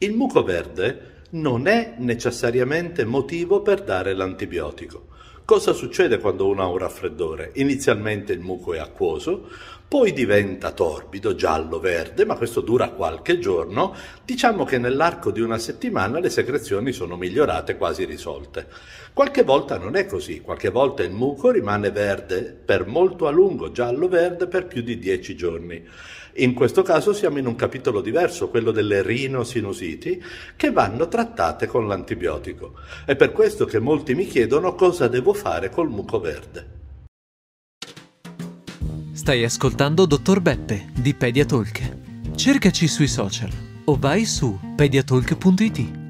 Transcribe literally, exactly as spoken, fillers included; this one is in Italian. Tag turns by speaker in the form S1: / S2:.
S1: Il muco verde non è necessariamente motivo per dare l'antibiotico. Cosa succede quando uno ha un raffreddore? Inizialmente il muco è acquoso, poi diventa torbido, giallo-verde, ma questo dura qualche giorno. Diciamo che nell'arco di una settimana le secrezioni sono migliorate, quasi risolte. Qualche volta non è così, qualche volta il muco rimane verde per molto a lungo, giallo-verde per più di dieci giorni. In questo caso siamo in un capitolo diverso, quello delle rinosinusiti, che vanno trattate con l'antibiotico. È per questo che molti mi chiedono cosa devo fare col muco verde.
S2: Stai ascoltando Dottor Beppe di Pediatalk. Cercaci sui social o vai su pediatalk punto it.